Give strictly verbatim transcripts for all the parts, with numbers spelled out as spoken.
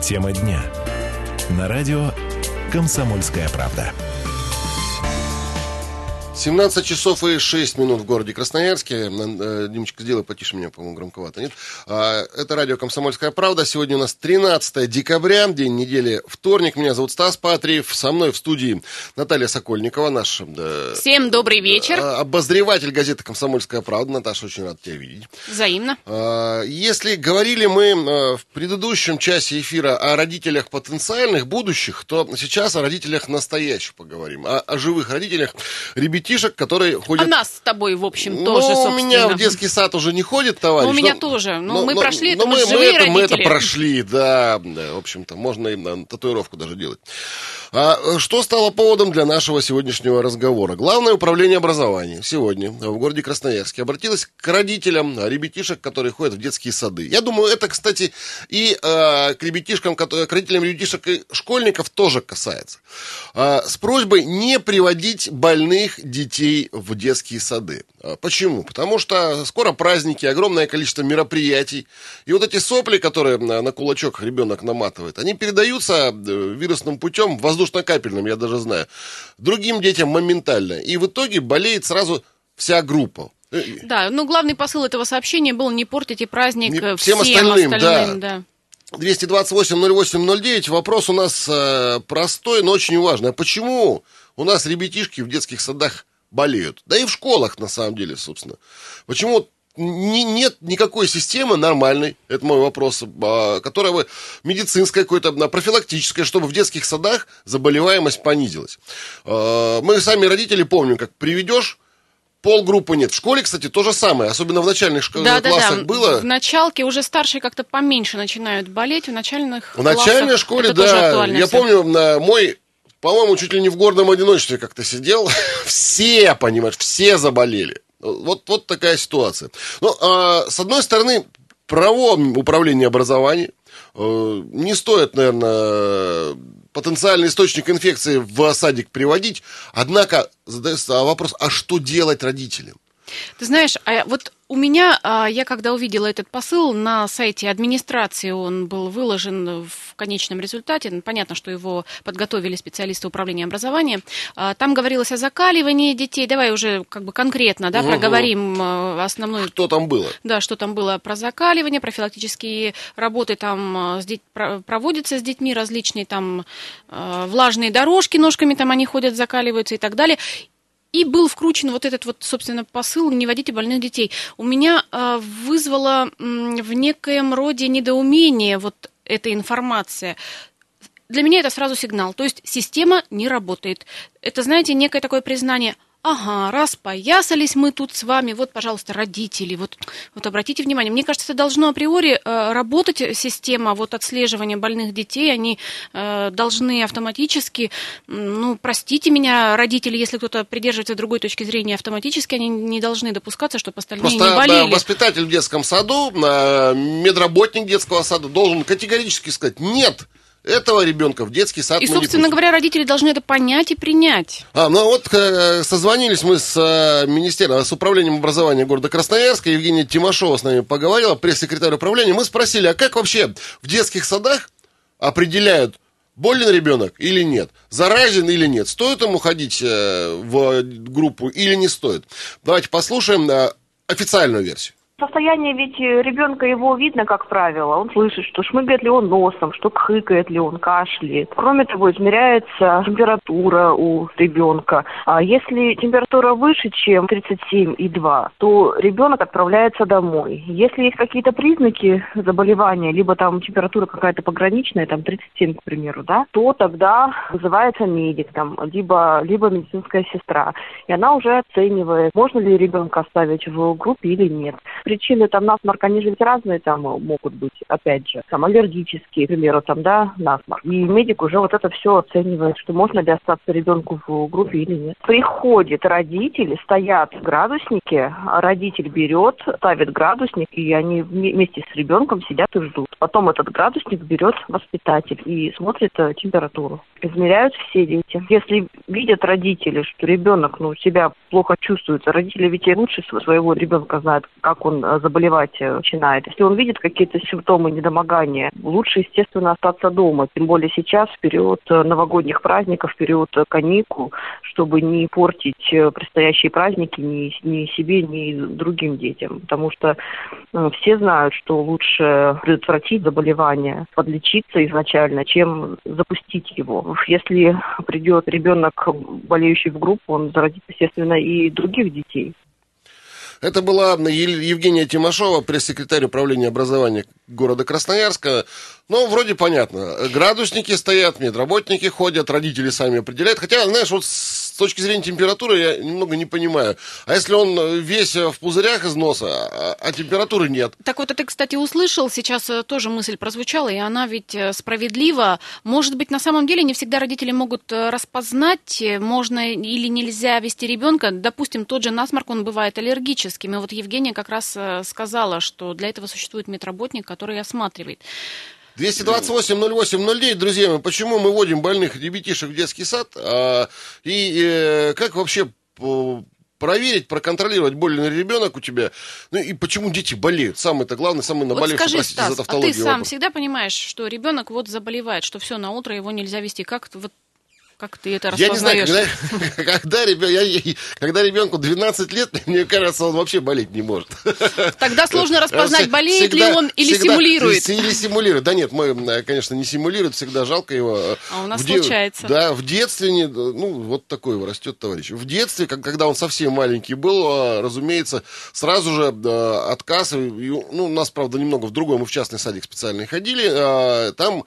Тема дня. На радио «Комсомольская правда». семнадцать часов и шесть минут в городе Красноярске. Димочка, сделай потише меня, по-моему, громковато, нет? Это радио «Комсомольская правда». Сегодня у нас тринадцатое декабря, день недели, вторник. Меня зовут Стас Патриев. Со мной в студии Наталья Сокольникова, наш... Всем добрый вечер. Обозреватель газеты «Комсомольская правда». Наташа, очень рад тебя видеть. Взаимно. Если говорили мы в предыдущем часе эфира о родителях потенциальных, будущих, то сейчас о родителях настоящих поговорим. О, о живых родителях, ребятишек, которые ходят... А нас с тобой, в общем, ну, тоже, собственно. У меня в детский сад уже не ходит товарищ. Ну, у меня но, тоже. Но, но мы но, прошли но это, мы, мы, живые мы, это, мы это родители. прошли, да, да. В общем-то, можно и татуировку даже делать. А что стало поводом для нашего сегодняшнего разговора? Главное управление образования сегодня в городе Красноярске обратилось к родителям ребятишек, которые ходят в детские сады. Я думаю, это, кстати, и э, к ребятишкам, к родителям ребятишек и школьников тоже касается. Э, с просьбой не приводить больных детей в детские сады. Почему? Потому что скоро праздники, огромное количество мероприятий. И вот эти сопли, которые на кулачок ребенок наматывает, они передаются вирусным путем, воздушно-капельным, я даже знаю, другим детям моментально. И в итоге болеет сразу вся группа. Да, ну главный посыл этого сообщения был не портите праздник не, всем, всем остальным. остальным да. да. двести двадцать восемь ноль восемь ноль девять. Вопрос у нас э, простой, но очень важный. А почему у нас ребятишки в детских садах болеют? Да и в школах, на самом деле, собственно. Почему не, нет никакой системы нормальной, это мой вопрос, а, которая бы медицинская, какой-то профилактическая, чтобы в детских садах заболеваемость понизилась. А, мы сами, родители, помним, как приведешь, полгруппы нет. В школе, кстати, то же самое, особенно в начальных школ- да, классах да, да. было. В началке уже старшие как-то поменьше начинают болеть, в начальных В начальной школе, да. Я все. помню, на мой... По-моему, чуть ли не в гордом одиночестве как-то сидел. Все, понимаешь, все заболели. Вот, вот такая ситуация. Ну, а, с одной стороны, право управления образованием э, не стоит, наверное, потенциальный источник инфекции в садик приводить. Однако задается вопрос, а что делать родителям? Ты знаешь, а вот у меня, я когда увидела этот посыл, на сайте администрации он был выложен в конечном результате. Понятно, что его подготовили специалисты управления образования. Там говорилось о закаливании детей. Давай уже как бы конкретно, да, угу. проговорим основную... Что там было? Да, что там было про закаливание, профилактические работы там с дет... проводятся с детьми, различные там влажные дорожки ножками, там они ходят, закаливаются и так далее. И был вкручен вот этот вот, собственно, посыл «не водите больных детей». У меня э, вызвало м, в некоем роде недоумение вот эта информация. Для меня это сразу сигнал. То есть система не работает. Это, знаете, некое такое признание – ага, распоясались мы тут с вами, вот, пожалуйста, родители, вот, вот обратите внимание. Мне кажется, это должно априори э, работать система вот, отслеживания больных детей, они э, должны автоматически, ну, простите меня, родители, если кто-то придерживается другой точки зрения, автоматически они не должны допускаться, чтобы остальные Просто не болели. Просто воспитатель в детском саду, медработник детского сада должен категорически сказать «нет». Этого ребенка в детский сад и, мы собственно не говоря, родители должны это понять и принять. А, ну вот э, созвонились мы с э, министерством, с управлением образования города Красноярска. Евгения Тимошова с нами поговорила, пресс-секретарь управления. Мы спросили, а как вообще в детских садах определяют, болен ребенок или нет, заразен или нет, стоит ему ходить э, в группу или не стоит. Давайте послушаем э, официальную версию. Состояние ведь ребенка его видно, как правило. Он слышит, что шмыгает ли он носом, что хыкает ли он, кашляет. Кроме того, измеряется температура у ребенка. А если температура выше, чем тридцать семь и два, то ребенок отправляется домой. Если есть какие-то признаки заболевания, либо там температура какая-то пограничная, там тридцать семь, к примеру, да, то тогда вызывается медик, там, либо, либо медицинская сестра. И она уже оценивает, можно ли ребенка оставить в группе или нет. Причины там насморка, они же ведь разные там могут быть, опять же, там аллергические, к примеру, там, да, насморк. И медик уже вот это все оценивает, что можно ли остаться ребенку в группе или нет. Приходит родители, стоят градусники, родитель берет, ставит градусник, и они вместе с ребенком сидят и ждут. Потом этот градусник берет воспитатель и смотрит температуру. Измеряют все дети. Если видят родители, что ребенок, ну, себя плохо чувствует, родители ведь и лучше своего ребенка знают, как он он заболевать начинает. Если он видит какие-то симптомы недомогания, лучше, естественно, остаться дома. Тем более сейчас, в период новогодних праздников, в период каникул, чтобы не портить предстоящие праздники ни, ни себе, ни другим детям. Потому что э, все знают, что лучше предотвратить заболевание, подлечиться изначально, чем запустить его. Если придет ребенок, болеющий в группу, он заразит, естественно, и других детей. Это была Евгения Тимошова, пресс-секретарь управления образования города Красноярска. Ну, вроде понятно. Градусники стоят, медработники ходят, родители сами определяют. Хотя, знаешь, вот с точки зрения температуры я немного не понимаю. А если он весь в пузырях из носа, а, а температуры нет? Так вот, ты, кстати, услышал, сейчас тоже мысль прозвучала, и она ведь справедлива. Может быть, на самом деле не всегда родители могут распознать, можно или нельзя вести ребенка. Допустим, тот же насморк, он бывает аллергическим. И вот Евгения как раз сказала, что для этого существует медработник, который осматривает. двести двадцать восемь ноль восемь ноль девять, друзья мои, почему мы водим больных ребятишек в детский сад, а, и э, как вообще по, проверить, проконтролировать, болен ли ребенок у тебя, ну и почему дети болеют, самое-то главное, самый наболевший, вот скажи, простите Стас, за тавтологию. А ты сам вопрос. Всегда понимаешь, что ребенок вот заболевает, что все, на утро его нельзя вести, как вот Как ты это распознаешь? Я не знаю, когда, когда, ребен, я, когда ребенку двенадцать лет, мне кажется, он вообще болеть не может. Тогда сложно распознать, болеет всегда, ли он или всегда, симулирует. Или симулирует. Да нет, мы, конечно, не симулирует, всегда жалко его. А у нас в случается. Де, да, в детстве, не, ну, вот такой его растет товарищ. В детстве, когда он совсем маленький был, разумеется, сразу же отказ. Ну, у нас, правда, немного в другой, мы в частный садик специально ходили, там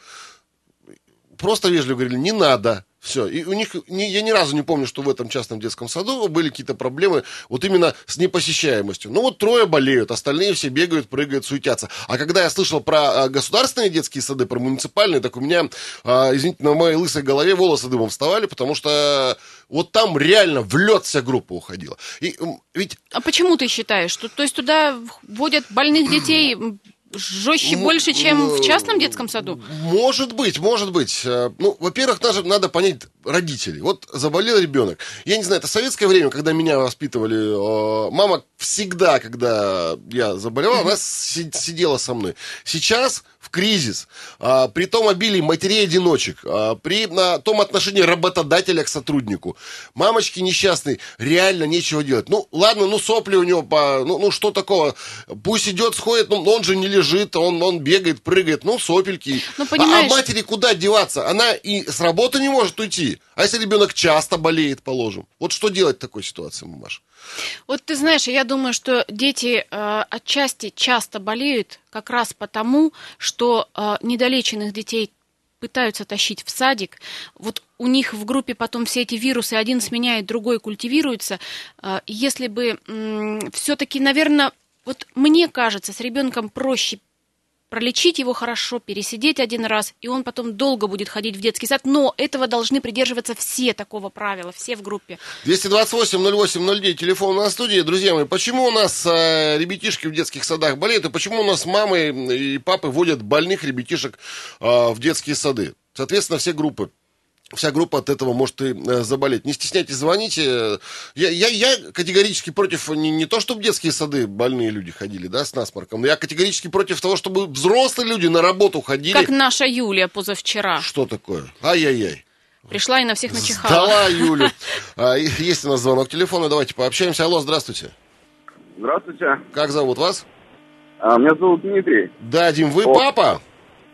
просто вежливо говорили, не надо. Все. И у них, я ни разу не помню, что в этом частном детском саду были какие-то проблемы вот именно с непосещаемостью. Ну вот трое болеют, остальные все бегают, прыгают, суетятся. А когда я слышал про государственные детские сады, про муниципальные, так у меня, извините, на моей лысой голове волосы дымом вставали, потому что вот там реально в лед вся группа уходила. И ведь... А почему ты считаешь, что то есть туда вводят больных детей... Жестче ну, больше, чем ну, в частном детском саду? Может быть, может быть. Ну, во-первых, надо, надо понять родителей. Вот заболел ребенок. Я не знаю, это советское время, когда меня воспитывали. Мама всегда, когда я заболевал, она сидела со мной. Сейчас в кризис, при том обилии матерей-одиночек, при том отношении работодателя к сотруднику, мамочки несчастные, реально нечего делать. Ну, ладно, ну, сопли у него, по, ну, ну, что такого? Пусть идет, сходит, ну, он же не лежит, он, он бегает, прыгает, ну, сопельки. Ну, понимаешь... а, а матери куда деваться? Она и с работы не может уйти. А если ребенок часто болеет, положим? Вот что делать в такой ситуации, мамаша? Вот ты знаешь, я думаю, что дети э, отчасти часто болеют как раз потому, что э, недолеченных детей пытаются тащить в садик. Вот у них в группе потом все эти вирусы, один сменяет, другой культивируется. Э, если бы э, все-таки, наверное, вот мне кажется, с ребенком проще пролечить его хорошо, пересидеть один раз, и он потом долго будет ходить в детский сад. Но этого должны придерживаться все такого правила, все в группе. двести двадцать восемь ноль восемь ноль девять, телефон на студии. Друзья мои, почему у нас э, ребятишки в детских садах болеют, и почему у нас мамы и папы водят больных ребятишек э, в детские сады? Соответственно, все группы. Вся группа от этого может и заболеть. Не стесняйтесь, звоните. Я, я, я категорически против не, не то, чтобы в детские сады больные люди ходили, да, с насморком, но я категорически против того, чтобы взрослые люди на работу ходили. Как наша Юлия позавчера. Что такое? Ай-яй-яй. Пришла и на всех начихала. Сдала Юлю. А, есть у нас звонок телефона, давайте пообщаемся. Алло, здравствуйте. Здравствуйте. Как зовут вас? А, меня зовут Дмитрий. Да, Дим, вы О. папа?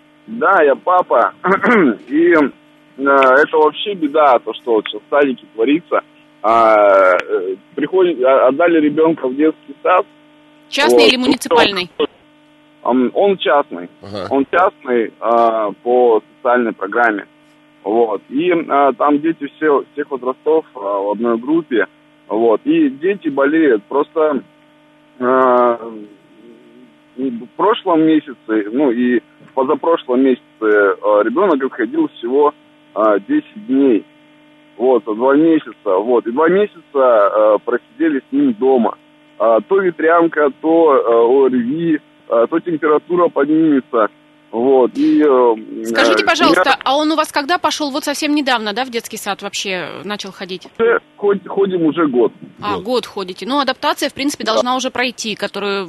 Да, я папа. И... это вообще беда, то, что сейчас в садике творится. А, приходит, отдали ребенка в детский сад. Частный вот. Или муниципальный? Он, он частный. Ага. Он частный а, по социальной программе. Вот. И а, там дети все, всех возрастов а, в одной группе. Вот. И дети болеют. Просто а, в прошлом месяце, ну и в позапрошлом месяце а, ребенок отходил всего десять дней, вот, два месяца, вот, и два месяца э, просидели с ним дома. А, то ветрянка, то э, ОРВИ, э, то температура поднимется, вот, и... Э, Скажите, пожалуйста, я... а он у вас когда пошел, вот совсем недавно, да, в детский сад вообще начал ходить? Ходим уже год. А, год, год ходите. Ну, адаптация, в принципе, должна да. уже пройти, которую...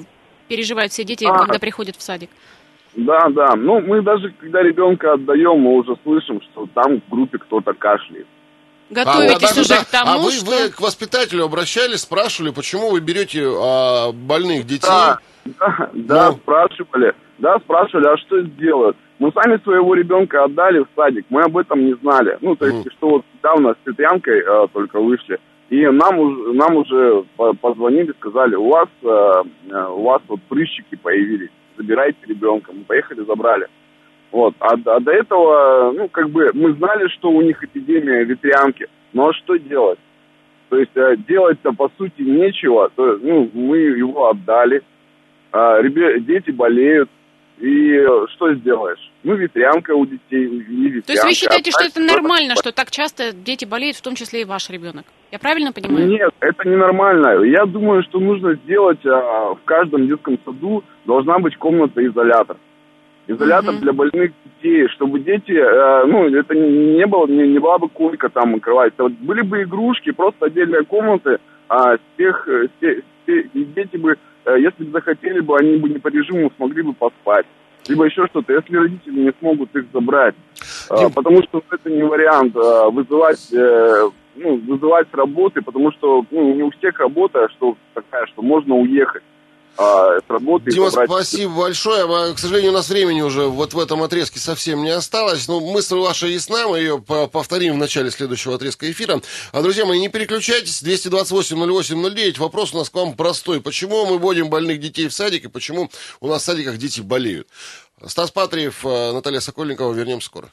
переживают все дети, А. когда приходят в садик. Да, да. Ну, мы даже, когда ребенка отдаем, мы уже слышим, что там в группе кто-то кашляет. Готовитесь а, уже да, к тому, а вы, что... вы к воспитателю обращались, спрашивали, почему вы берете а, больных детей? Да, да, да, Ну. спрашивали. Да, спрашивали, а что сделают? Мы сами своего ребенка отдали в садик, мы об этом не знали. Ну, то есть, Мгм. что вот недавно с Петрянкой э, только вышли. И нам уже, нам уже по- позвонили, сказали, у вас, э, э, у вас вот прыщики появились, забирайте ребенка. Мы поехали, забрали. Вот. А, а до этого, ну, как бы, мы знали, что у них эпидемия ветрянки, но что делать? То есть, э, делать-то, по сути, нечего. То, есть, ну, мы его отдали, а, ребя- дети болеют, и э, что сделаешь? Ну, ветрянка у детей, и ветрянка. То есть вы считаете, что это Отдать нормально, куда-то. что так часто дети болеют, в том числе и ваш ребенок? Я правильно понимаю? Нет, это ненормально. Я думаю, что нужно сделать а, в каждом детском саду должна быть комната-изолятор. Изолятор Мгм. для больных детей, чтобы дети, э, ну, это не было, не, не была бы койка там кровать. Вот были бы игрушки, просто отдельные комнаты, а с тех, с те- с те- и дети бы, э, если бы захотели бы, они бы не по режиму смогли бы поспать. Либо еще что-то, если родители не смогут их забрать. Э, Дим. потому что это не вариант э, вызывать, э, ну, вызывать с работы, потому что ну, не у всех работа, что такая, что можно уехать. А, с работы и Дима, забрать- спасибо большое. А, К сожалению, у нас времени уже вот в этом отрезке совсем не осталось. Но мысль ваша ясна, мы ее по- повторим в начале следующего отрезка эфира. А, друзья мои, не переключайтесь. двести двадцать восемь ноль восемь ноль девять. Вопрос у нас к вам простой. Почему мы вводим больных детей в садик и почему у нас в садиках дети болеют? Стас Патриев, а, Наталья Сокольникова. Вернемся скоро.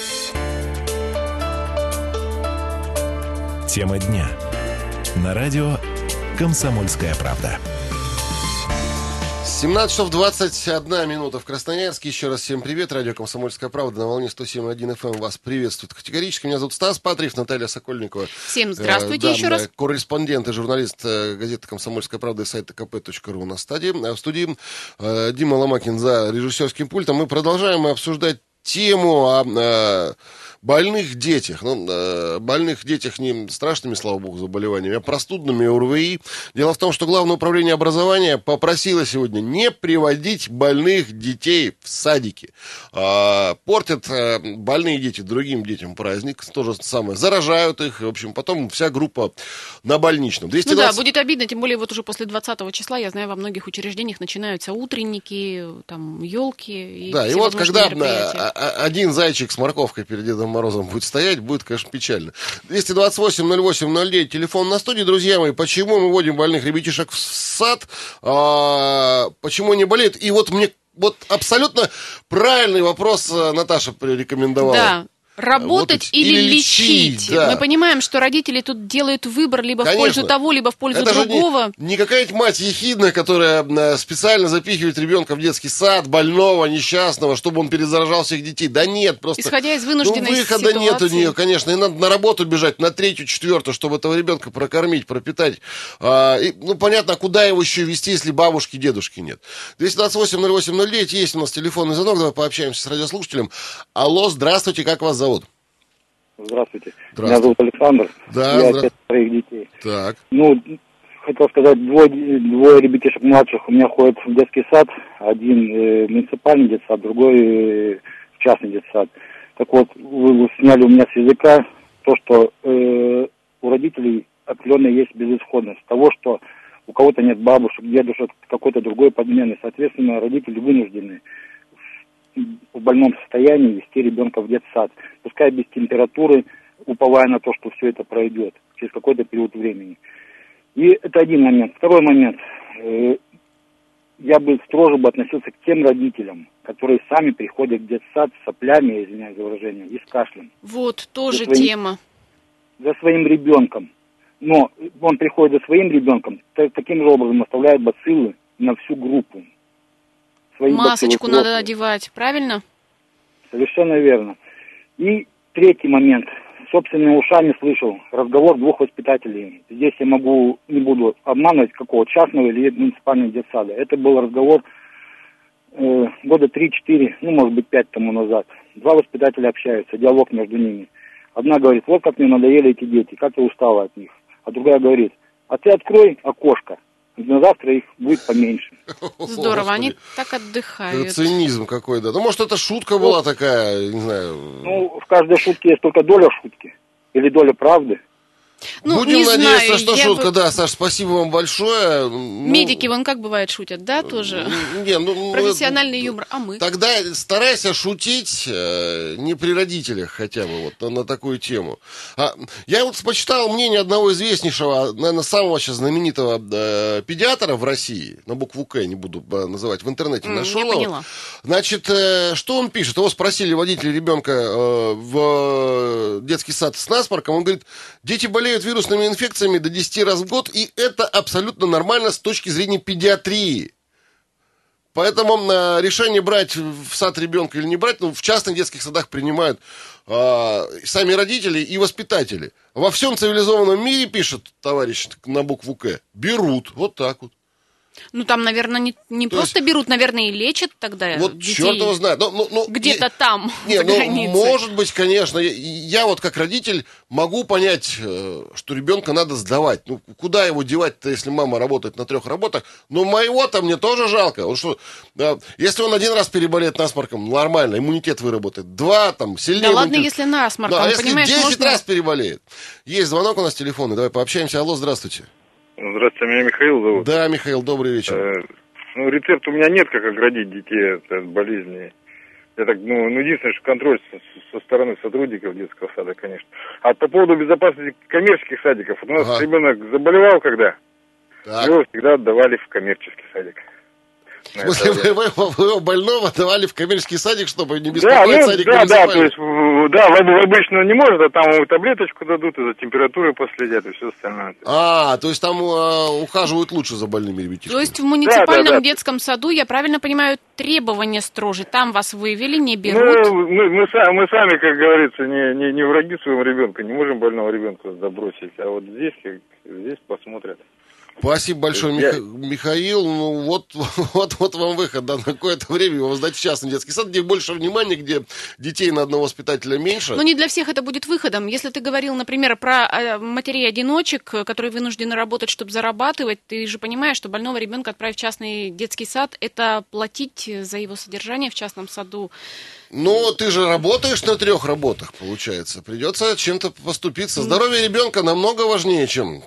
Тема дня. На радио «Комсомольская правда». семнадцать часов двадцать одна минута в Красноярске. Еще раз всем привет. Радио «Комсомольская правда» на волне сто семь и один эф эм вас приветствует категорически. Меня зовут Стас Патриев, Наталья Сокольникова. Всем здравствуйте Э, еще да, раз. Корреспондент и журналист э, газеты «Комсомольская правда» и сайта ка пэ точка ру на стадии. А в студии э, Дима Ломакин за режиссерским пультом. Мы продолжаем обсуждать тему о э, больных детях. Ну, э, больных детях не страшными, слава богу, заболеваниями, а простудными, о эр вэ и. Дело в том, что Главное управление образования попросило сегодня не приводить больных детей в садики. Э, портят э, больные дети другим детям праздник. То же самое. Заражают их. В общем, потом вся группа на больничном. двести двадцать... Ну да, будет обидно, тем более вот уже после двадцатого числа, я знаю, во многих учреждениях начинаются утренники, там, елки и Да, и вот всевозможные когда мероприятия. а, а, один зайчик с морковкой перед Дедом Морозом будет стоять, будет, конечно, печально. двести двадцать восемь ноль восемь ноль девять, телефон на студии, друзья мои. Почему мы вводим больных ребятишек в сад? А, почему они болеют? И вот мне вот абсолютно правильный вопрос Наташа порекомендовала. Да. Работать или, или лечить. лечить, да. Мы понимаем, что родители тут делают выбор либо Конечно. в пользу того, либо в пользу Это же другого. не, не какая-нибудь мать ехидная, которая э, специально запихивает ребенка в детский сад, больного, несчастного, чтобы он перезаражал всех детей. Да нет, просто... Исходя из вынужденной ну, выхода ситуации. нет у нее, конечно. И надо на работу бежать, на третью, четвертую, чтобы этого ребенка прокормить, пропитать. А, и, ну, понятно, а куда его еще везти, если бабушки, дедушки нет. двести двадцать восемь ноль восемь ноль девять, есть у нас телефонный звонок, давай пообщаемся с радиослушателем. Алло, здравствуйте, как вас зовут? Здравствуйте. Здравствуйте. Меня зовут Александр. Да, я здра... отец троих детей. Так. Ну, хотел сказать, двое, двое ребятишек младших у меня ходят в детский сад. Один э, муниципальный детсад, другой э, частный детсад. Так вот, вы сняли у меня с языка то, что э, у родителей определенно есть безысходность. Того, что у кого-то нет бабушек, дедушек, какой-то другой подмены. Соответственно, родители вынуждены в больном состоянии вести ребенка в детсад. Пускай без температуры, уповая на то, что все это пройдет через какой-то период времени. И это один момент. Второй момент. Я бы строже бы относился к тем родителям, которые сами приходят в детсад с соплями, извиняюсь за выражение, и с кашлем. Вот, тоже за своим, тема. За своим ребенком. Но он приходит за своим ребенком, таким же образом оставляет бациллы на всю группу. Свои Масочку бациллы надо одевать, правильно? Совершенно верно. И третий момент. Собственными ушами слышал разговор двух воспитателей. Здесь я могу, не буду обманывать, какого частного или муниципального детсада. Это был разговор э, года три-четыре, ну, может быть, пять тому назад. Два воспитателя общаются, диалог между ними. Одна говорит, вот как мне надоели эти дети, как я устала от них. А другая говорит, а ты открой окошко, на завтра их будет поменьше. Здорово, они так отдыхают. Цинизм какой, да. Ну, может, это шутка была такая, не знаю. Ну, в каждой шутке есть только доля шутки. Или доля правды. Ну, Будем не надеяться, знаю, что я шутка, бы- да, Саш, спасибо вам большое. Ну, Медики, вон как бывает шутят, да, тоже? не, ну, Профессиональный ну, юмор, а мы? Тогда старайся шутить э, не при родителях хотя бы, вот, на, на такую тему. А, я вот почитал мнение одного известнейшего, наверное, самого сейчас знаменитого э, педиатра в России, на букву К, не буду э, называть, в интернете М, нашел. я поняла. Значит, э, что он пишет? Его спросили водители ребенка э, в детский сад с насморком. Он говорит, дети болеют вирусными инфекциями до десяти раз в год, и это абсолютно нормально с точки зрения педиатрии. Поэтому э, решение брать в сад ребенка или не брать, ну, в частных детских садах принимают э, сами родители и воспитатели. Во всем цивилизованном мире, пишет товарищ на букву К, берут. Вот так вот. Ну, там, наверное, не, не То просто есть- берут, наверное, и лечат тогда Вот детей. черт его знает. Ну, ну, ну, Где-то и- там, Не, за ну, границей. может быть, конечно. Я, я вот как родитель могу понять, э, что ребенка надо сдавать. Ну, куда его девать-то, если мама работает на трех работах? Ну, моего-то мне тоже жалко. Он что, э, если он один раз переболеет насморком, нормально, иммунитет выработает. Два, там, сильнее Да ладно, иммунитет. если насморком, Да, а если понимаешь, десять можно... раз переболеет. Есть звонок у нас телефонный, давай пообщаемся. Алло, здравствуйте. Здравствуйте, меня Михаил зовут. Да, Михаил, добрый вечер. Э, ну, рецепт у меня нет, как оградить детей от, от болезни. Я так, ну, ну, единственное, что контроль со, со стороны сотрудников детского сада, конечно. А по поводу безопасности коммерческих садиков, вот у нас Ага. ребенок заболевал когда, Так. его всегда отдавали в коммерческий садик. В смысле, вы, вы- вы его больного давали в коммерческий садик, чтобы не Да, беспокоить ну, садик да, да, муниципальный? то есть, в- да, в, в обычно не может, а там ему таблеточку дадут, и за температурой последят, и все остальное. А, то есть там э, ухаживают лучше за больными ребятишками. То есть в муниципальном Да, да, да. детском саду, я правильно понимаю, требования строже. Там вас вывели, не берут. Ну, мы, мы, са- мы сами, как говорится, не, не, не враги своему ребенку, не можем больного ребенка забросить. А вот здесь, как- здесь посмотрят. Спасибо большое, Я- Миха- Михаил. Ну, вот, вот, вот вам выход, да, на какое-то время его сдать в частный детский сад, где больше внимания, где детей на одного воспитателя меньше. Но не для всех это будет выходом. Если ты говорил, например, про э, матерей-одиночек, которые вынуждены работать, чтобы зарабатывать, ты же понимаешь, что больного ребенка отправить в частный детский сад, это платить за его содержание в частном саду. Ну, ты же работаешь на трех работах, получается. Придется чем-то поступиться. Здоровье ребенка намного важнее, чем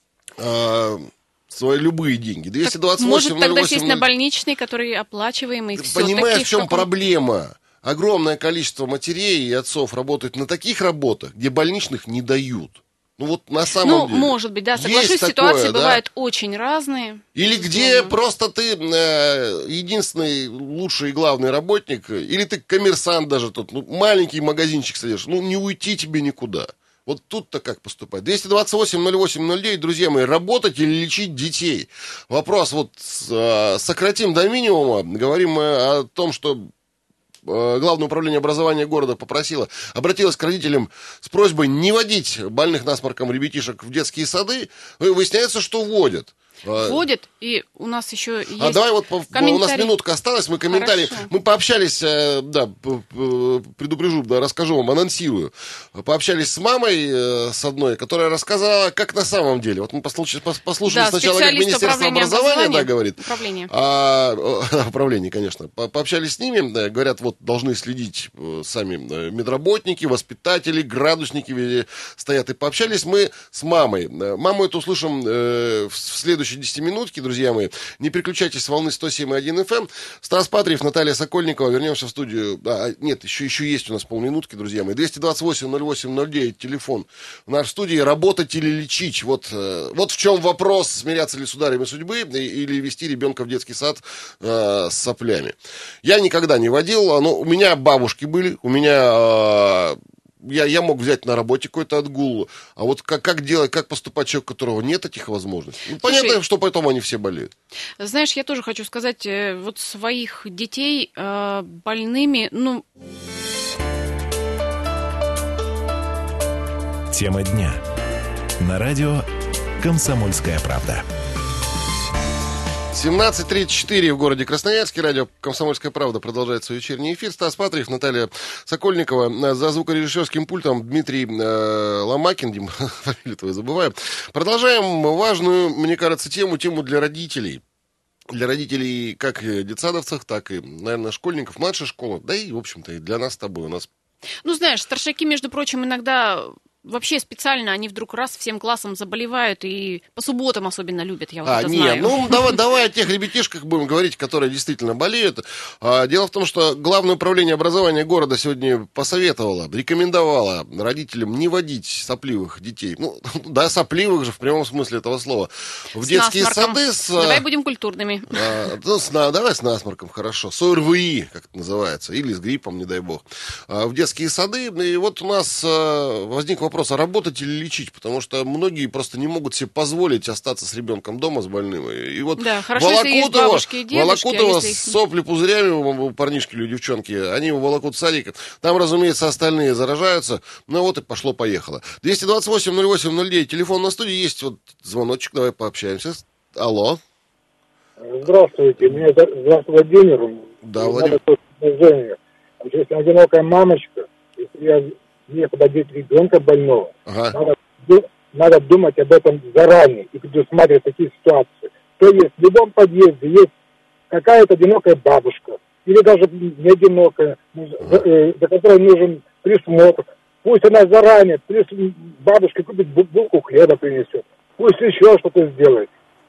э, свои любые деньги. двести двадцать восемь Может тогда ноль восемь сесть на ноль. больничный, который оплачиваемый. Ты Все, понимаешь, таких, в чем как он. проблема? Огромное количество матерей и отцов работают на таких работах, где больничных не дают. Ну вот на самом Ну, деле. может быть, да, Есть соглашусь, такое, ситуации да? бывают очень разные. Или где безусловно. просто ты э, единственный лучший и главный работник, или ты коммерсант даже тут, ну, маленький магазинчик садишь, ну не уйти тебе никуда. Вот тут-то как поступать? двести двадцать восемь ноль восемь ноль девять, друзья мои, работать или лечить детей? Вопрос вот э, сократим до минимума. Говорим мы о том, что э, Главное управление образования города попросило, обратилось к родителям с просьбой не водить больных насморком ребятишек в детские сады. Выясняется, что вводят. Вводят, и у нас еще есть А давай вот, по- у нас комментарий. минутка осталась, мы комментарии, Хорошо. мы пообщались, э, да, п- п- предупрежу, да, расскажу вам, анонсирую. Пообщались с мамой, э, с одной, которая рассказала, как на самом деле. Вот мы послушали, пос- послушали Да, сначала, как специалист Министерство управления образования, да, образования. говорит. Управление. А, э, управление, конечно. По- Пообщались с ними, да, говорят, вот должны следить э, сами э, медработники, воспитатели, градусники везде стоят. И пообщались мы с мамой. Э, Маму эту услышим э, в в следующей десятиминутке, друзья мои. Не переключайтесь с волны сто семь и один эф эм. Стас Патриев, Наталья Сокольникова. Вернемся в студию. А, нет, еще, еще есть у нас полминутки, друзья мои. двести двадцать восемь ноль восемь ноль девять, телефон. В нашей студии работать или лечить. Вот, э, вот в чем вопрос, смиряться ли с ударами судьбы и- или вести ребенка в детский сад э, с соплями. Я никогда не водил, но у меня бабушки были, у меня... э, Я, я мог взять на работе какой-то отгул. А вот как, как делать, как поступать человек, у которого нет этих возможностей? Ну, понятно, Слушай, что потом они все болеют. Знаешь, я тоже хочу сказать, э, вот своих детей э, больными, ну, Тема дня. На радио «Комсомольская правда». семнадцать тридцать четыре в городе Красноярске. Радио «Комсомольская правда» продолжает свой вечерний эфир. Стас Патриев, Наталья Сокольникова. За звукорежиссерским пультом Дмитрий э, Ломакин. Дим, фамилию твою забываю. Продолжаем важную, мне кажется, тему, тему для родителей. Для родителей как детсадовцев, так и, наверное, школьников, младшей школы. Да и, в общем-то, и для нас с тобой. У нас... Ну, знаешь, старшаки, между прочим, иногда... Вообще специально они вдруг раз всем классом заболевают и по субботам особенно любят, я вот а, это нет, знаю. ну давай, давай о тех ребятишках будем говорить, которые действительно болеют. А, дело в том, что Главное управление образования города сегодня посоветовало, рекомендовало родителям не водить сопливых детей. Ну, да, сопливых же в прямом смысле этого слова. В с детские насморком. сады с... Давай будем культурными. А, ну, с, давай с насморком, хорошо. С ОРВИ, как это называется, или с гриппом, не дай бог. А, в детские сады. И вот у нас а, возник вопрос. Вопрос, а работать или лечить? Потому что многие просто не могут себе позволить остаться с ребенком дома, с больным. И вот да, хорошо, если есть бабушки и дедушки, Волокутова а с если... сопли пузырями у парнишки или девчонки, они его волокут в садик. Там, разумеется, остальные заражаются. Ну вот и пошло-поехало. двести двадцать восемь ноль восемь ноль девять, телефон на студии, есть вот звоночек, давай пообщаемся. Алло. Здравствуйте, меня зовут Владимир. Да, Владимир. Если одинокая мамочка, если я некуда деть ребенка больного, ага. надо, надо думать об этом заранее и предусматривать такие ситуации. То есть в любом подъезде есть какая-то одинокая бабушка, или даже не одинокая, ага. за которой нужен присмотр. Пусть она заранее бабушке купит булку хлеба принесет, пусть еще что-то сделает.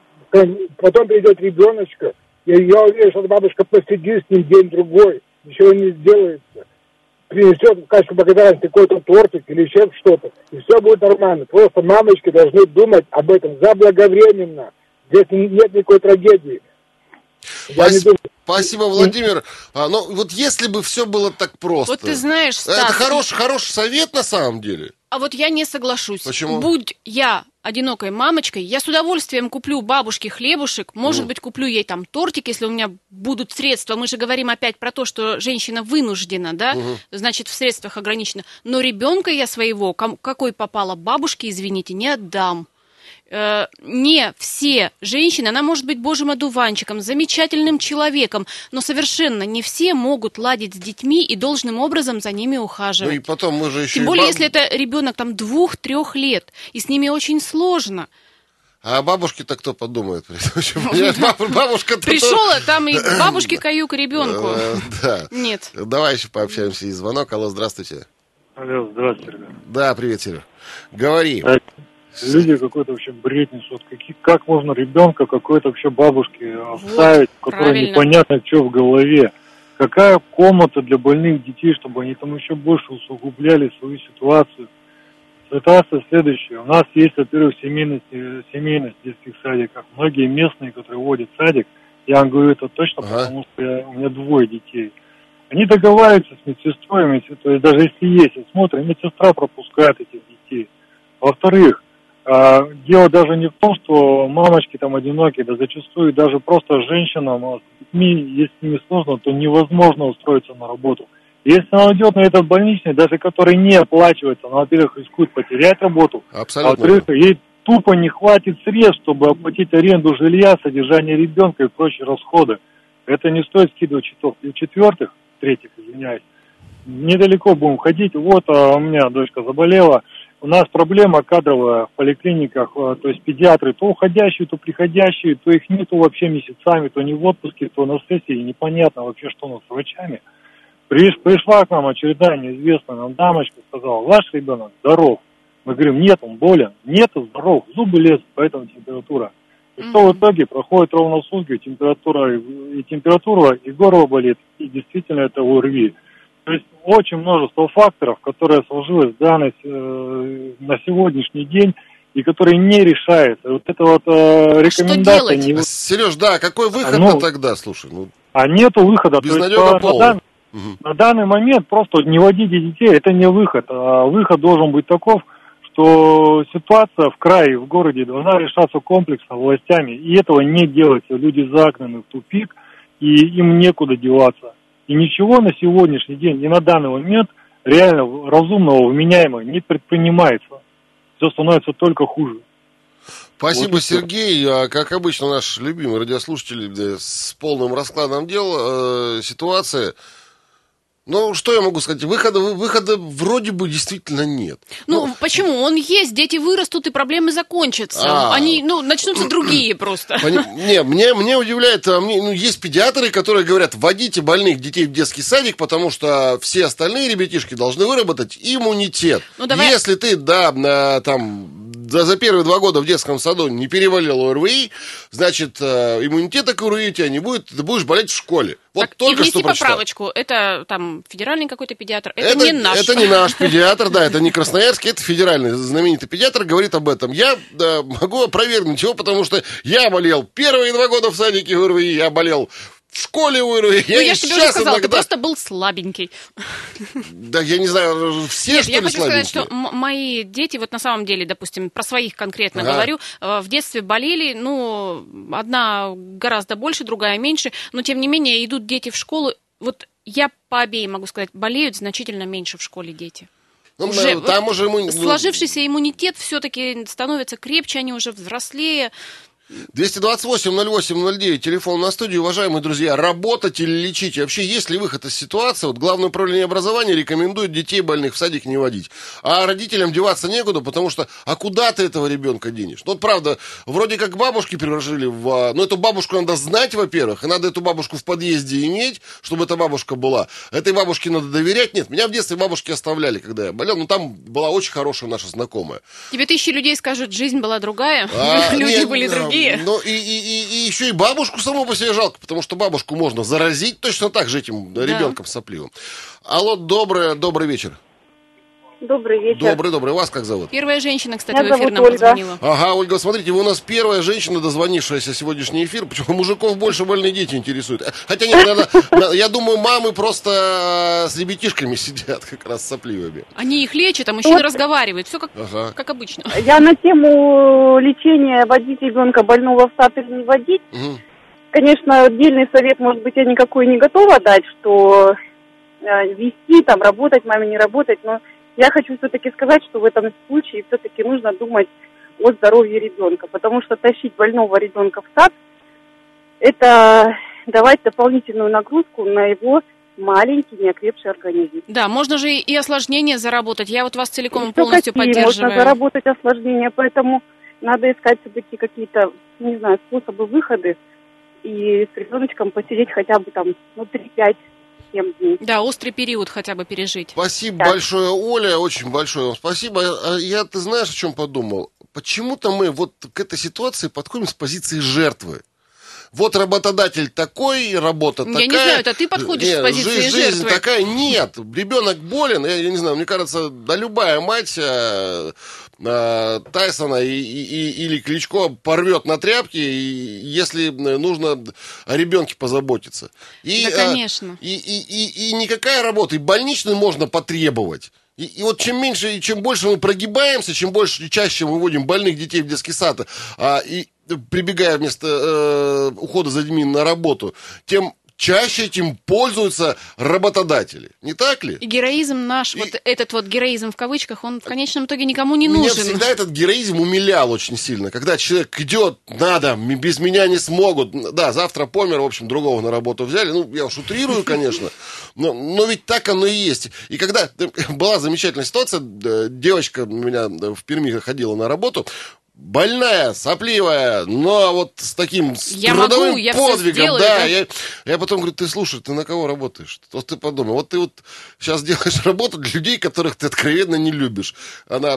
Потом придет ребеночка, и я уверен, что бабушка посидит с ним день-другой, ничего не сделается. Принесет в качестве благодарности какой-то тортик или еще что-то, и все будет нормально. Просто мамочки должны думать об этом заблаговременно. Здесь нет никакой трагедии. Спасибо, спасибо, Владимир. А, ну, вот если бы все было так просто. Вот ты знаешь, Стас... Это хороший, хороший совет на самом деле. А вот я не соглашусь. Почему? Будь я одинокой мамочкой, я с удовольствием куплю бабушке хлебушек, может mm. быть, куплю ей там тортик, если у меня будут средства. Мы же говорим опять про то, что женщина вынуждена, да, mm-hmm. значит, в средствах ограничена. Но ребенка я своего, какой попало бабушке, извините, не отдам. Э, не все женщины, она может быть божьим одуванчиком, замечательным человеком, но совершенно не все могут ладить с детьми и должным образом за ними ухаживать. Ну и потом мы же еще... Тем более, баб... если это ребенок там двух-трех лет, и с ними очень сложно. А бабушке-то кто подумает? Бабушка пришел, а там и бабушке каюк, и ребенку. Да. Нет. Давай еще пообщаемся. И звонок. Алло, здравствуйте. Алло, здравствуйте. Да, привет, Сереж. Говори. Люди какой-то вообще бред несут. Какие, как можно ребенка какой-то вообще бабушке оставить, вот, у которой непонятно что в голове. Какая комната для больных детей, чтобы они там еще больше усугубляли свою ситуацию. Ситуация следующая. У нас есть, во-первых, семейность, семейность в детских садиках. Многие местные, которые водят в садик, я вам говорю это точно, ага. потому что я, у меня двое детей. Они договариваются с медсестрой, то есть даже если есть, смотрим, медсестра пропускает этих детей. Во-вторых, дело даже не в том, что мамочки там одинокие, да зачастую даже просто женщинам с детьми, если не сложно, то невозможно устроиться на работу. Если она идет на этот больничный, даже который не оплачивается, она, во-первых, рискует потерять работу, абсолютно. А во-вторых, ей тупо не хватит средств, чтобы оплатить аренду жилья, содержание ребенка и прочие расходы. Это не стоит скидывать счетов. И в-четвертых, в-третьих, извиняюсь, недалеко будем ходить, вот а у меня дочка заболела, у нас проблема кадровая в поликлиниках, то есть педиатры то уходящие, то приходящие, то их нету вообще месяцами, то не в отпуске, то на сессии, непонятно вообще, что у нас с врачами. Приш, пришла к нам очередная неизвестная нам дамочка, сказала, ваш ребенок здоров. Мы говорим, нет, он болен, нет, он здоров, зубы лезут, поэтому температура. И mm-hmm. что в итоге? Проходит ровно сутки, температура, и температура, и горло болит, и действительно это ОРВИ. То есть очень множество факторов, которые сложилось в данной, э, на сегодняшний день, и которые не решаются. Вот это вот э, рекомендация... Что делать? Сереж, да, какой выход-то ну, тогда, слушай? Ну, а нету выхода. Безнадега полная. На, угу. на данный момент просто не водите детей, это не выход. А выход должен быть таков, что ситуация в крае, в городе должна решаться комплексно властями, и этого не делается. Люди загнаны в тупик, и им некуда деваться. И ничего на сегодняшний день и на данный момент реально разумного, вменяемого не предпринимается. Все становится только хуже. Спасибо, Вот Сергей. А, как обычно, наш любимый радиослушатель да, с полным раскладом дел э, ситуации. Ну, что я могу сказать? Выхода, выхода вроде бы действительно нет. Ну, ну почему? Он есть, дети вырастут, и проблемы закончатся. А. Они, ну, начнутся другие просто. Не, мне, мне удивляет, мне, ну, есть педиатры, которые говорят, вводите больных детей в детский садик, потому что все остальные ребятишки должны выработать иммунитет. Ну, давай... Если ты, да, там... За, за первые два года в детском саду не перевалил ОРВИ, значит, э, иммунитета к ОРВИ у тебя не будет, ты будешь болеть в школе. Вот так, только и внести что прочитал. поправочку. Это там федеральный какой-то педиатр. Это, это не наш. Это не наш педиатр, да, это не красноярский, это федеральный знаменитый педиатр говорит об этом. Я да, могу опровергнуть его, потому что я болел первые два года в садике в ОРВИ, я болел в школе ОРВИ. Ну, я, я же тебе уже сказала, иногда... ты просто был слабенький. Да, я не знаю, все, Нет, что я ли, хочу слабенькие? сказать, что м- мои дети, вот на самом деле, допустим, про своих конкретно ага. говорю, э, в детстве болели, ну, одна гораздо больше, другая меньше, но, тем не менее, идут дети в школу. Вот я по обеим могу сказать, болеют значительно меньше в школе дети. Ну, Уже, там вот, уже имму... сложившийся иммунитет все-таки становится крепче, они уже взрослее. двести двадцать восемь ноль восемь ноль девять, телефон на студию. Уважаемые друзья, работать или лечить? Вообще, есть ли выход из ситуации? Вот Главное управление образования рекомендует детей больных в садик не водить. А родителям деваться некуда, потому что, а куда ты этого ребенка денешь? Ну, вот правда, вроде как бабушки превратили в... Ну, эту бабушку надо знать, во-первых, и надо эту бабушку в подъезде иметь, чтобы эта бабушка была. Этой бабушке надо доверять. Нет, меня в детстве бабушки оставляли, когда я болел, но там была очень хорошая наша знакомая. Тебе тысячи людей скажут, жизнь была другая, а, люди нет, были другие. Ну, и, и, и, и еще и бабушку саму по себе жалко, потому что бабушку можно заразить точно так же этим да. ребенком сопливым. Алло, добрый, добрый вечер. Добрый вечер. Добрый, добрый. Вас как зовут? Первая женщина, кстати, Меня в эфир зовут нам Ольга. позвонила. Ага, Ольга, смотрите, вы у нас первая женщина, дозвонившаяся в сегодняшний эфир. Почему мужиков больше больные дети интересуют? Хотя нет, наверное, я думаю, мамы просто с ребятишками сидят, как раз сопливыми. Они их лечат, а мужчины разговаривают. Все как, ага. как обычно. Я на тему лечения водить ребенка больного в сад или не водить. Угу. Конечно, отдельный совет, может быть, я никакой не готова дать, что вести, там, работать маме, не работать, но я хочу все-таки сказать, что в этом случае все-таки нужно думать о здоровье ребенка, потому что тащить больного ребенка в сад – это давать дополнительную нагрузку на его маленький, неокрепший организм. Да, можно же и осложнения заработать. Я вот вас целиком и Что полностью какие? поддерживаю. Можно заработать осложнения, поэтому надо искать все-таки какие-то, не знаю, способы выхода и с ребеночком посидеть хотя бы там, ну, три-пять дней. Да, острый период хотя бы пережить. Спасибо да. большое, Оля, очень большое вам спасибо. Я, ты знаешь, о чем подумал? Почему-то мы вот к этой ситуации подходим с позиции жертвы. Вот работодатель такой, работа я такая. Я не знаю, это ты подходишь Нет, с позиции жизнь, жертвы. Жизнь такая. Нет, ребенок болен. Я, я не знаю, мне кажется, да любая мать э, э, Тайсона и, и, или Кличко порвет на тряпки, и, если нужно о ребенке позаботиться. И, да, конечно. Э, и, и, и, и никакая работа, и больничную можно потребовать. И, и вот чем меньше и чем больше мы прогибаемся, чем больше и чаще мы вводим больных детей в детский сад, а, и прибегая вместо э, ухода за детьми на работу, тем чаще этим пользуются работодатели. Не так ли? И героизм наш, и... вот этот вот героизм в кавычках, он в конечном итоге никому не Меня нужен. Меня всегда этот героизм умилял очень сильно. Когда человек идет, надо, без меня не смогут. Да, завтра помер, в общем, другого на работу взяли. Ну, я уж утрирую, конечно. Но, но ведь так оно и есть. И когда была замечательная ситуация, девочка у меня в Перми ходила на работу, больная, сопливая, но вот с таким с я трудовым могу, я подвигом, сделаю, да. да? Я, я потом говорю, ты слушай, ты на кого работаешь? Вот ты подумай, вот ты вот сейчас делаешь работу для людей, которых ты откровенно не любишь. Она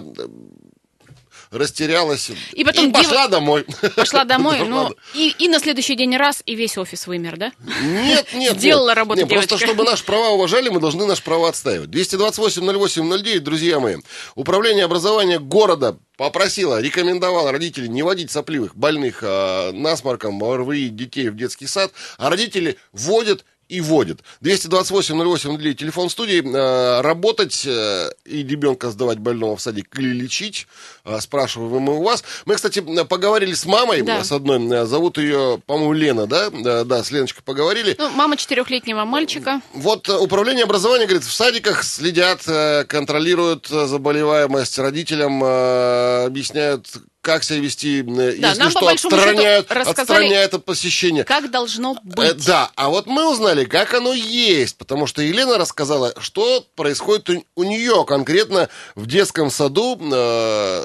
растерялась и, потом и пошла дев... домой. Пошла домой, ну, и, и на следующий день раз, и весь офис вымер, да? Нет, нет. Сделала нет. работу нет, девочка. Просто чтобы наши права уважали, мы должны наши права отстаивать. двести двадцать восемь ноль восемь ноль девять, друзья мои. Управление образования города попросило, рекомендовало родителей не водить сопливых, больных э, насморком, ОРВИ детей в детский сад, а родители водят и водит. двести двадцать восемь ноль восемь ноль девять, телефон студии. Э, работать э, и ребенка сдавать больного в садик или лечить, э, спрашиваем мы у вас. Мы, кстати, поговорили с мамой, да. с одной, э, зовут ее, по-моему, Лена, да? Да, да, с Леночкой поговорили. Ну, мама четырехлетнего мальчика. Вот э, управление образования, говорит, в садиках следят, э, контролируют заболеваемость родителям, э, объясняют, как себя вести, Да, если нам, что, по большому отстраняют, счету, рассказали, отстраняют от посещения. как должно быть. Э, да, а вот мы узнали, как оно есть, потому что Елена рассказала, что происходит у, у нее конкретно в детском саду э,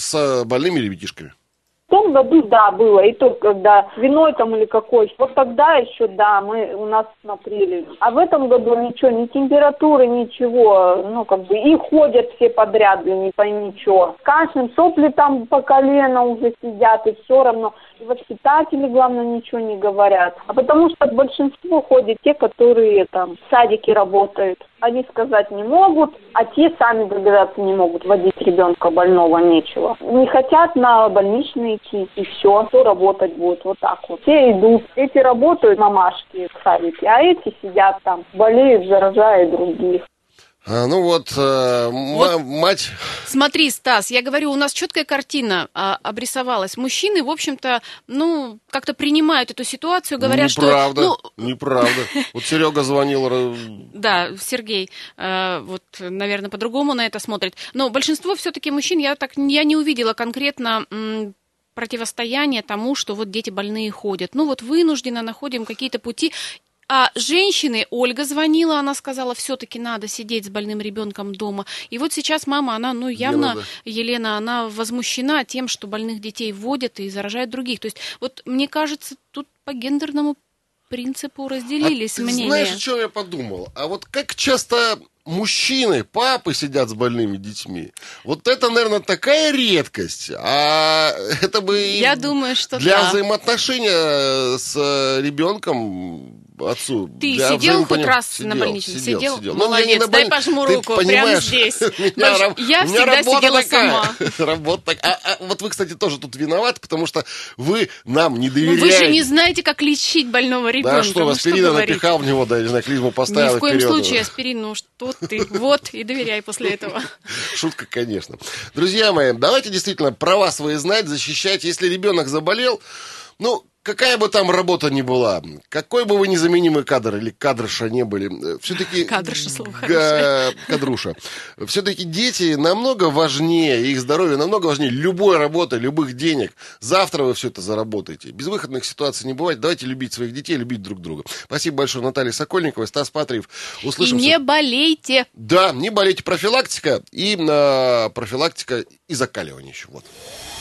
с больными ребятишками. В том году, да, было, и то, когда виной там или какой, вот тогда еще, да, мы у нас смотрели. А в этом году ничего, ни температуры, ничего, ну, как бы, и ходят все подряд, не пойми что. Кашлем, сопли там по колено уже сидят, и все равно. И воспитатели, главное, ничего не говорят. А потому что большинство ходят те, которые там в садике работают. Они сказать не могут, а те сами догадаться не могут. Водить ребенка больного нечего. Не хотят на больничный идти, и все. Кто работать будет? Вот так вот. Все идут. Эти работают, мамашки в садике, а эти сидят там, болеют, заражают других. А, ну вот, э, вот м- мать... Смотри, Стас, я говорю, у нас четкая картина а, обрисовалась. Мужчины, в общем-то, ну, как-то принимают эту ситуацию, говорят, неправда, что... Ну, неправда. Вот Серега звонил... Да, Сергей, э, вот, наверное, по-другому на это смотрит. Но большинство все-таки мужчин, я так я не увидела конкретно... М- противостояние тому, что вот дети больные ходят. Ну вот вынужденно находим какие-то пути. А женщины, Ольга звонила, она сказала, все-таки надо сидеть с больным ребенком дома. И вот сейчас мама, она, ну, явно, Елена, Елена, она возмущена тем, что больных детей вводят и заражают других. То есть, вот мне кажется, тут по гендерному принципу разделились а мнения. Ты знаешь, о чем я подумал? А вот как часто мужчины, папы сидят с больными детьми? Вот это, наверное, такая редкость. А это бы я думаю, что для да. взаимоотношения с ребенком отцу. Ты сидел хоть раз сидел, на больничном? Сидел, Сидел? сидел. Молодец, ну, дай боль... пожму Ты руку прямо здесь. меня, Я у меня всегда сидела такая. сама. Работа так... а, а вот вы, кстати, тоже тут виноваты, потому что вы нам не Ну, доверяете. вы же не знаете, как лечить больного ребенка. Да что, ну, аспирина что напихал в него, да, не знаю, клизму поставил. Ни в коем вперед. случае аспирин, ну что ты, вот, и доверяй после этого. Шутка, конечно. Друзья мои, давайте действительно права свои знать, защищать. Если ребенок заболел, ну, какая бы там работа ни была, какой бы вы незаменимый кадр или кадрша не были, все-таки... Кадрша, слово хорошее. Кадруша. Все-таки дети намного важнее, их здоровье намного важнее любой работы, любых денег. Завтра вы все это заработаете. Безвыходных ситуаций не бывает. Давайте любить своих детей, любить друг друга. Спасибо большое Наталье Сокольниковой, Стас Патриев. Услышимся. И не болейте. Да, не болейте. Профилактика и э, профилактика и закаливание еще. Вот.